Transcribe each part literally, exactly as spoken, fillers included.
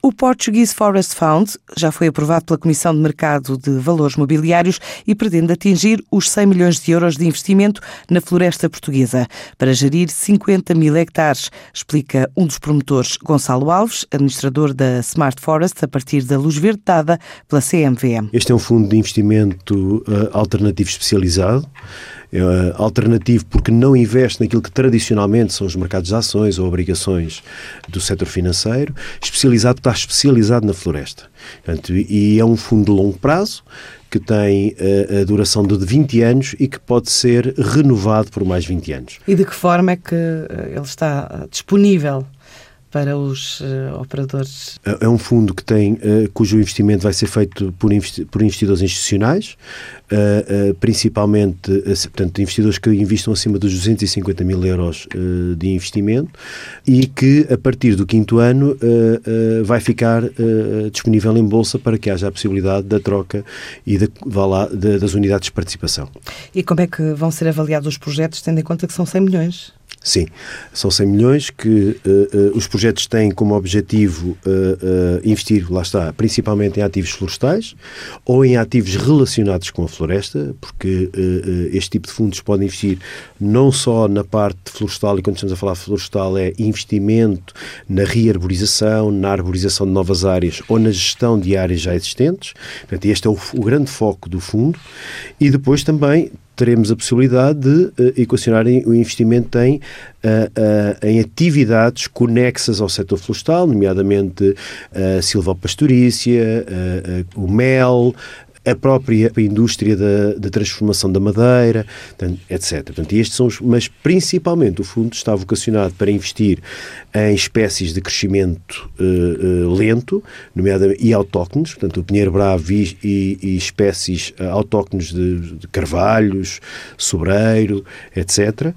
O Portuguese Forest Fund já foi aprovado pela Comissão de Mercado de Valores Mobiliários e pretende atingir os cem milhões de euros de investimento na floresta portuguesa para gerir cinquenta mil hectares, explica um dos promotores, Gonçalo Alves, administrador da Smart Forest, a partir da luz verde dada pela C M V M. Este é um fundo de investimento uh, alternativo especializado. Uh, alternativo porque não investe naquilo que tradicionalmente são os mercados de ações ou obrigações do setor financeiro, especializado porque está especializado na floresta. Portanto, e é um fundo de longo prazo que tem uh, a duração de vinte anos e que pode ser renovado por mais vinte anos. E de que forma é que ele está disponível para os uh, operadores? É um fundo que tem, uh, cujo investimento vai ser feito por, investi- por investidores institucionais, uh, uh, principalmente, uh, portanto, investidores que investam acima dos duzentos e cinquenta mil euros uh, de investimento e que, a partir do quinto ano, uh, uh, vai ficar uh, disponível em bolsa para que haja a possibilidade da troca e de, vá lá, de, das unidades de participação. E como é que vão ser avaliados os projetos, tendo em conta que são cem milhões? Sim, são cem milhões que uh, uh, os projetos têm como objetivo uh, uh, investir, lá está, principalmente em ativos florestais ou em ativos relacionados com a floresta, porque uh, uh, este tipo de fundos pode investir não só na parte florestal, e quando estamos a falar de florestal é investimento na rearborização, na arborização de novas áreas ou na gestão de áreas já existentes. Portanto, este é o, o grande foco do fundo. E depois também teremos a possibilidade de uh, equacionar o investimento em, uh, uh, em atividades conexas ao setor florestal, nomeadamente a uh, silvopastorícia, uh, uh, o mel, a própria indústria da, da transformação da madeira, etcétera. Portanto, estes são os, mas principalmente o fundo está vocacionado para investir em espécies de crescimento uh, uh, lento, nomeadamente e autóctones, portanto o pinheiro bravo e, e, e espécies uh, autóctones de, de carvalhos, sobreiro, etcétera.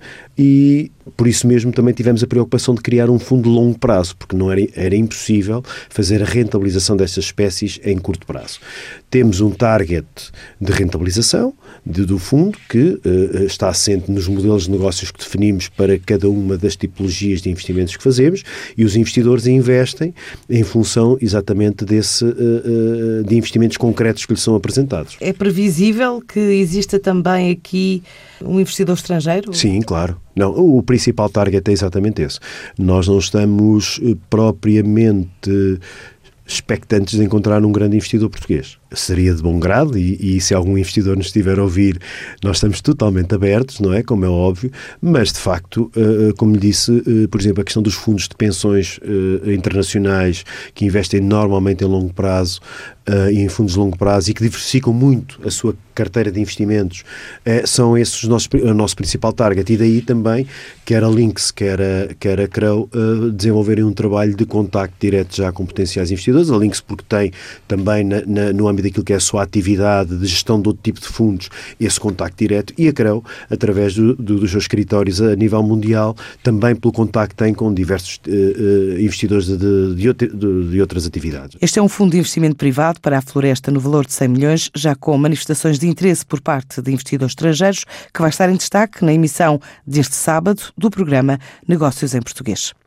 E por isso mesmo também tivemos a preocupação de criar um fundo de longo prazo, porque não era, era impossível fazer a rentabilização destas espécies em curto prazo. Temos um target de rentabilização de, do fundo que uh, está assente nos modelos de negócios que definimos para cada uma das tipologias de investimentos que fazemos, e os investidores investem em função exatamente desse, uh, uh, de investimentos concretos que lhes são apresentados. É previsível que exista também aqui um investidor estrangeiro? Sim, claro. Não, o principal target é exatamente esse. Nós não estamos propriamente expectantes de encontrar um grande investidor português. Seria de bom grado e, e se algum investidor nos estiver a ouvir, nós estamos totalmente abertos, não é? Como é óbvio, mas de facto, uh, como lhe disse, uh, por exemplo, a questão dos fundos de pensões uh, internacionais que investem normalmente em longo prazo uh, e em fundos de longo prazo e que diversificam muito a sua carteira de investimentos, uh, são esses os nossos, o nosso principal target. E daí também, quer a Lynx, quer a, quer a Crow, uh, desenvolverem um trabalho de contacto direto já com potenciais investidores. A Lynx porque tem também na, na, no âmbito daquilo que é a sua atividade de gestão de outro tipo de fundos, esse contacto direto, e a Crow, através do, do, dos seus escritórios a nível mundial, também pelo contacto que tem com diversos uh, uh, investidores de, de, de, outra, de, de outras atividades. Este é um fundo de investimento privado para a floresta no valor de cem milhões, já com manifestações de interesse por parte de investidores estrangeiros, que vai estar em destaque na emissão deste sábado do programa Negócios em Português.